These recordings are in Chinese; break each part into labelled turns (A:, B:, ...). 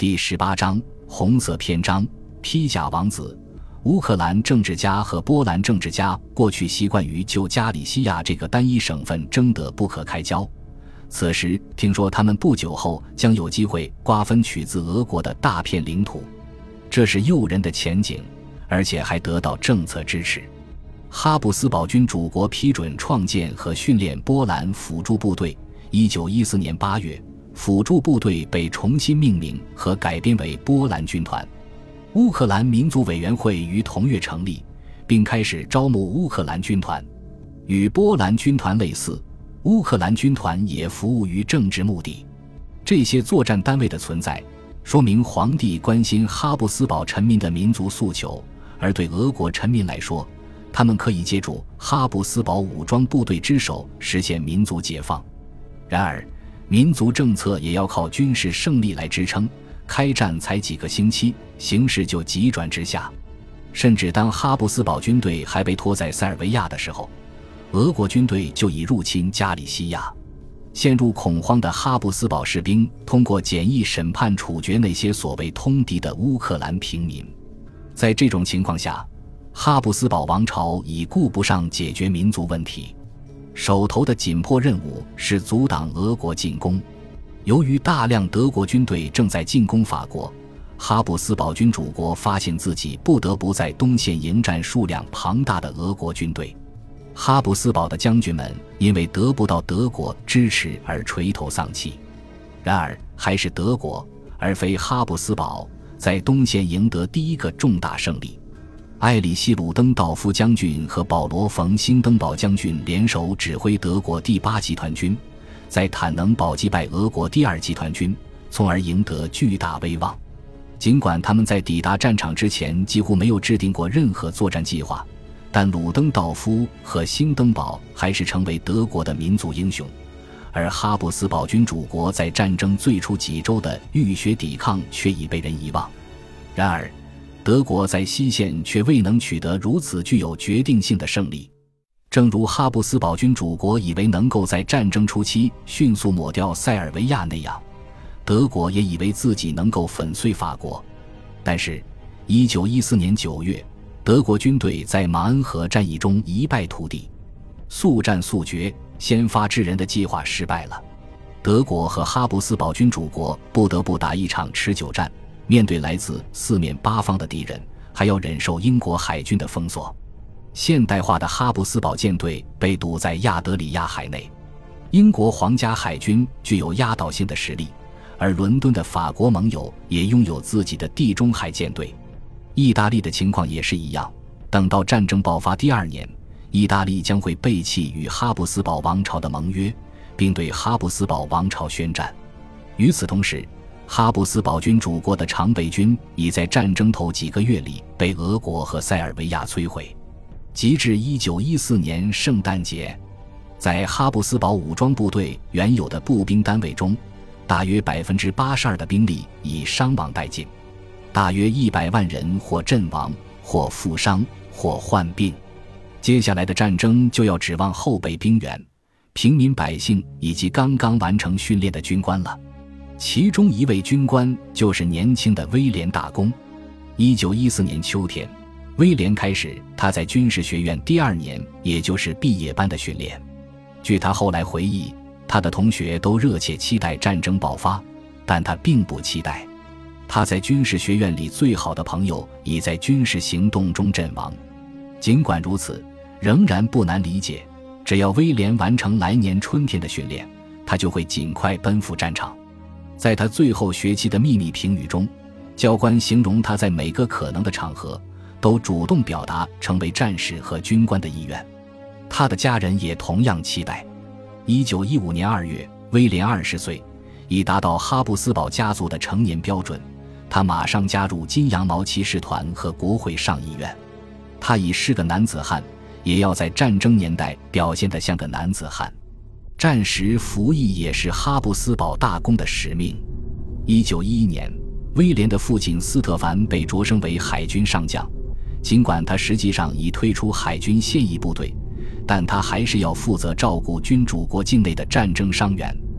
A: 第18章红色篇章，披甲王子。乌克兰政治家和波兰政治家过去习惯于就加里西亚这个单一省份争得不可开交，此时听说他们不久后将有机会瓜分取自俄国的大片领土，这是诱人的前景，而且还得到政策支持。哈布斯堡君主国批准创建和训练波兰辅助部队。1914年8月，辅助部队被重新命名和改编为波兰军团。乌克兰民族委员会于同月成立，并开始招募乌克兰军团。与波兰军团类似，乌克兰军团也服务于政治目的。这些作战单位的存在，说明皇帝关心哈布斯堡臣民的民族诉求，而对俄国臣民来说，他们可以借助哈布斯堡武装部队之手实现民族解放。然而，民族政策也要靠军事胜利来支撑，开战才几个星期，形势就急转直下。甚至当哈布斯堡军队还被拖在塞尔维亚的时候，俄国军队就已入侵加里西亚。陷入恐慌的哈布斯堡士兵通过简易审判处决那些所谓通敌的乌克兰平民。在这种情况下，哈布斯堡王朝已顾不上解决民族问题，手头的紧迫任务是阻挡俄国进攻。由于大量德国军队正在进攻法国，哈布斯堡君主国发现自己不得不在东线迎战数量庞大的俄国军队。哈布斯堡的将军们因为得不到德国支持而垂头丧气。然而，还是德国，而非哈布斯堡，在东线赢得第一个重大胜利。埃里希·鲁登道夫将军和保罗·冯·兴登堡将军联手指挥德国第8集团军，在坦能堡击败俄国第2集团军，从而赢得巨大威望。尽管他们在抵达战场之前几乎没有制定过任何作战计划，但鲁登道夫和兴登堡还是成为德国的民族英雄，而哈布斯堡君主国在战争最初几周的浴血抵抗却已被人遗忘。然而，德国在西线却未能取得如此具有决定性的胜利。正如哈布斯堡君主国以为能够在战争初期迅速抹掉塞尔维亚那样，德国也以为自己能够粉碎法国。但是1914年9月，德国军队在马恩河战役中一败涂地，速战速决，先发制人的计划失败了。德国和哈布斯堡君主国不得不打一场持久战，面对来自四面八方的敌人，还要忍受英国海军的封锁。现代化的哈布斯堡舰队被堵在亚得里亚海内。英国皇家海军具有压倒性的实力，而伦敦的法国盟友也拥有自己的地中海舰队。意大利的情况也是一样，等到战争爆发第2年，意大利将会背弃与哈布斯堡王朝的盟约，并对哈布斯堡王朝宣战。与此同时，哈布斯堡君主国的常备军已在战争头几个月里被俄国和塞尔维亚摧毁。及至1914年圣诞节，在哈布斯堡武装部队原有的步兵单位中，大约 82% 的兵力已伤亡殆尽，大约100万人或阵亡，或负伤，或患病。接下来的战争就要指望后备兵员、平民百姓以及刚刚完成训练的军官了。其中一位军官就是年轻的威廉大公。1914年秋天，威廉开始他在军事学院第2年，也就是毕业班的训练。据他后来回忆，他的同学都热切期待战争爆发，但他并不期待。他在军事学院里最好的朋友已在军事行动中阵亡。尽管如此，仍然不难理解，只要威廉完成来年春天的训练，他就会尽快奔赴战场。在他最后学期的秘密评语中，教官形容他在每个可能的场合都主动表达成为战士和军官的意愿。他的家人也同样期待。1915年2月，威廉20岁，已达到哈布斯堡家族的成年标准，他马上加入金羊毛骑士团和国会上议院。他已是个男子汉，也要在战争年代表现得像个男子汉。战时服役也是哈布斯堡大公的使命。1911年，威廉的父亲斯特凡被擢升为海军上将，尽管他实际上已退出海军现役部队，但他还是要负责照顾君主国境内的战争伤员。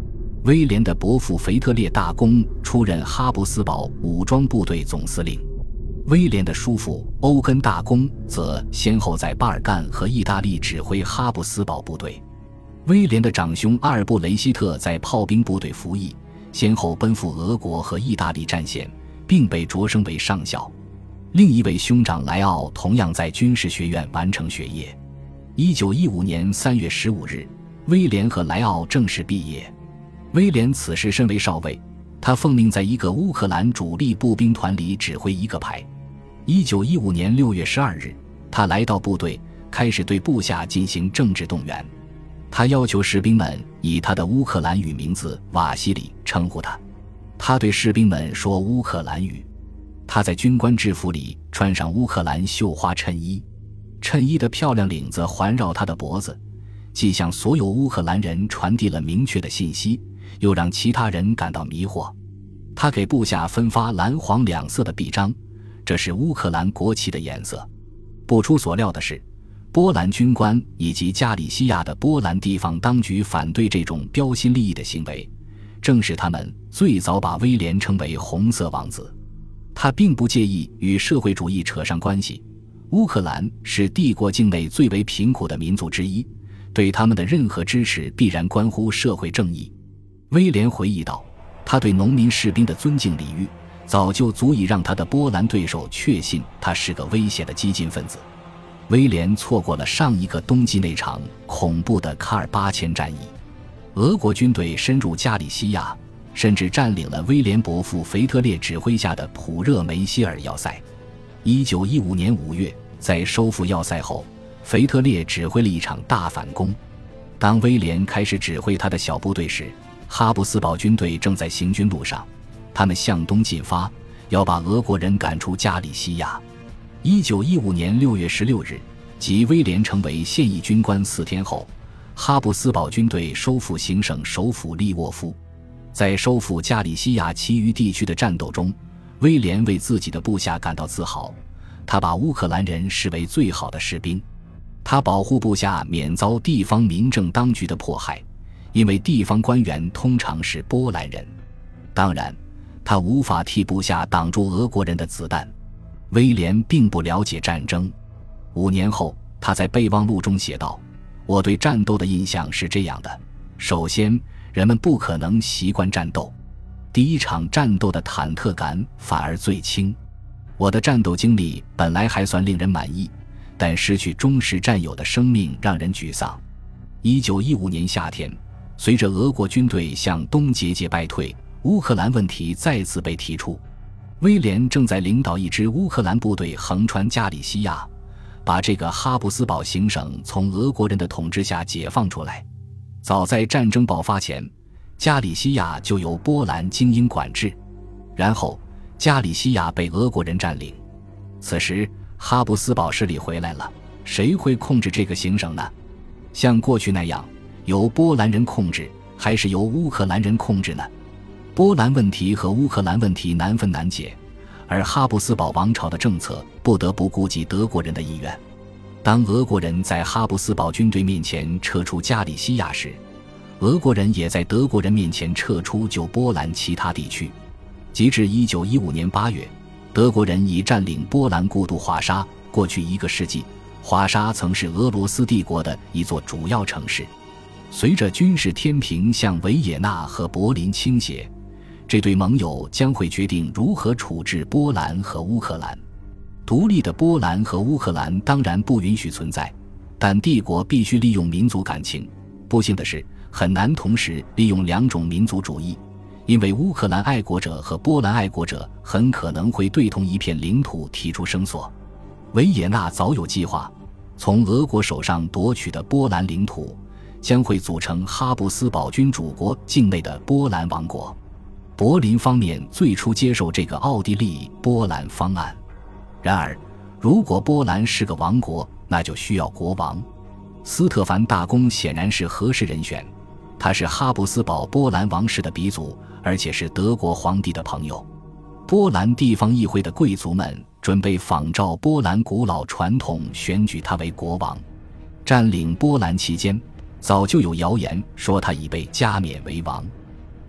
A: 威廉的伯父腓特烈大公出任哈布斯堡武装部队总司令，威廉的叔父欧根大公则先后在巴尔干和意大利指挥哈布斯堡部队。威廉的长兄阿尔布雷希特在炮兵部队服役，先后奔赴俄国和意大利战线，并被擢升为上校。另一位兄长莱奥同样在军事学院完成学业。1915年3月15日，威廉和莱奥正式毕业。威廉此时身为少尉，他奉命在一个乌克兰主力步兵团里指挥一个排。1915年6月12日，他来到部队，开始对部下进行政治动员。他要求士兵们以他的乌克兰语名字瓦西里称呼他。他对士兵们说乌克兰语。他在军官制服里穿上乌克兰绣花衬衣，衬衣的漂亮领子环绕他的脖子，既向所有乌克兰人传递了明确的信息，又让其他人感到迷惑。他给部下分发蓝黄两色的臂章，这是乌克兰国旗的颜色。不出所料的是，波兰军官以及加里西亚的波兰地方当局反对这种标新立异的行为，正是他们最早把威廉称为红色王子。他并不介意与社会主义扯上关系，乌克兰是帝国境内最为贫苦的民族之一，对他们的任何支持必然关乎社会正义。威廉回忆道，他对农民士兵的尊敬礼遇早就足以让他的波兰对手确信他是个危险的激进分子。威廉错过了上一个冬季那场恐怖的卡尔巴阡战役，俄国军队深入加里西亚，甚至占领了威廉伯父腓特烈指挥下的普热梅希尔要塞。1915年5月，在收复要塞后，腓特烈指挥了一场大反攻。当威廉开始指挥他的小部队时，哈布斯堡军队正在行军路上，他们向东进发，要把俄国人赶出加里西亚。1915年6月16日，即威廉成为现役军官4天后，哈布斯堡军队收复行省首府利沃夫。在收复加里西亚其余地区的战斗中，威廉为自己的部下感到自豪，他把乌克兰人视为最好的士兵。他保护部下免遭地方民政当局的迫害，因为地方官员通常是波兰人。当然，他无法替部下挡住俄国人的子弹。威廉并不了解战争。5年后，他在备忘录中写道，我对战斗的印象是这样的，首先，人们不可能习惯战斗，第一场战斗的忐忑感反而最轻。我的战斗经历本来还算令人满意，但失去忠实战友的生命让人沮丧。1915年夏天，随着俄国军队向东节节败退，乌克兰问题再次被提出。威廉正在领导一支乌克兰部队横穿加里西亚，把这个哈布斯堡行省从俄国人的统治下解放出来。早在战争爆发前，加里西亚就由波兰精英管制，然后加里西亚被俄国人占领。此时哈布斯堡势力回来了，谁会控制这个行省呢？像过去那样由波兰人控制，还是由乌克兰人控制呢？波兰问题和乌克兰问题难分难解，而哈布斯堡王朝的政策不得不顾及德国人的意愿。当俄国人在哈布斯堡军队面前撤出加里西亚时，俄国人也在德国人面前撤出旧波兰其他地区。截至1915年8月，德国人已占领波兰故都华沙。过去1个世纪，华沙曾是俄罗斯帝国的一座主要城市。随着军事天平向维也纳和柏林倾斜，这对盟友将会决定如何处置波兰和乌克兰。独立的波兰和乌克兰当然不允许存在，但帝国必须利用民族感情。不幸的是，很难同时利用2种民族主义，因为乌克兰爱国者和波兰爱国者很可能会对同一片领土提出声索。维也纳早有计划，从俄国手上夺取的波兰领土将会组成哈布斯堡君主国境内的波兰王国。柏林方面最初接受这个奥地利波兰方案。然而，如果波兰是个王国，那就需要国王。斯特凡大公显然是合适人选，他是哈布斯堡波兰王室的鼻祖，而且是德国皇帝的朋友。波兰地方议会的贵族们准备仿照波兰古老传统选举他为国王。占领波兰期间，早就有谣言说他已被加冕为王。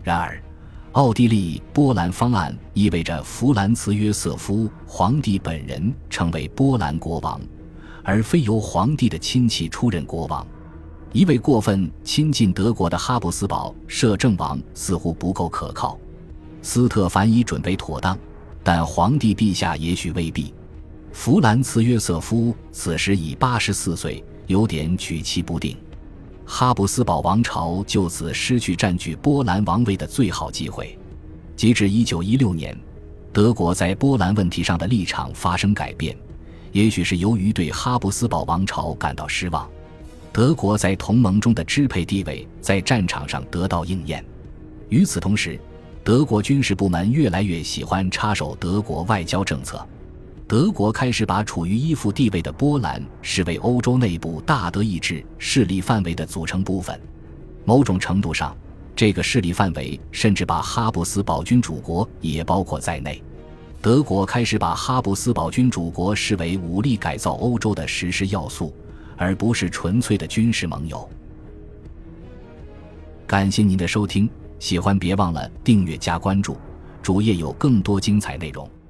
A: 然而，奥地利波兰方案意味着弗兰茨约瑟夫皇帝本人成为波兰国王，而非由皇帝的亲戚出任国王。一位过分亲近德国的哈布斯堡摄政王似乎不够可靠。斯特凡已准备妥当，但皇帝陛下也许未必。弗兰茨约瑟夫此时已84岁，有点举棋不定。哈布斯堡王朝就此失去占据波兰王位的最好机会。截至1916年，德国在波兰问题上的立场发生改变，也许是由于对哈布斯堡王朝感到失望。德国在同盟中的支配地位在战场上得到应验。与此同时，德国军事部门越来越喜欢插手德国外交政策。德国开始把处于依附地位的波兰视为欧洲内部大德意志势力范围的组成部分。某种程度上，这个势力范围甚至把哈布斯堡君主国也包括在内。德国开始把哈布斯堡君主国视为武力改造欧洲的实施要素，而不是纯粹的军事盟友。感谢您的收听，喜欢别忘了订阅加关注，主页有更多精彩内容。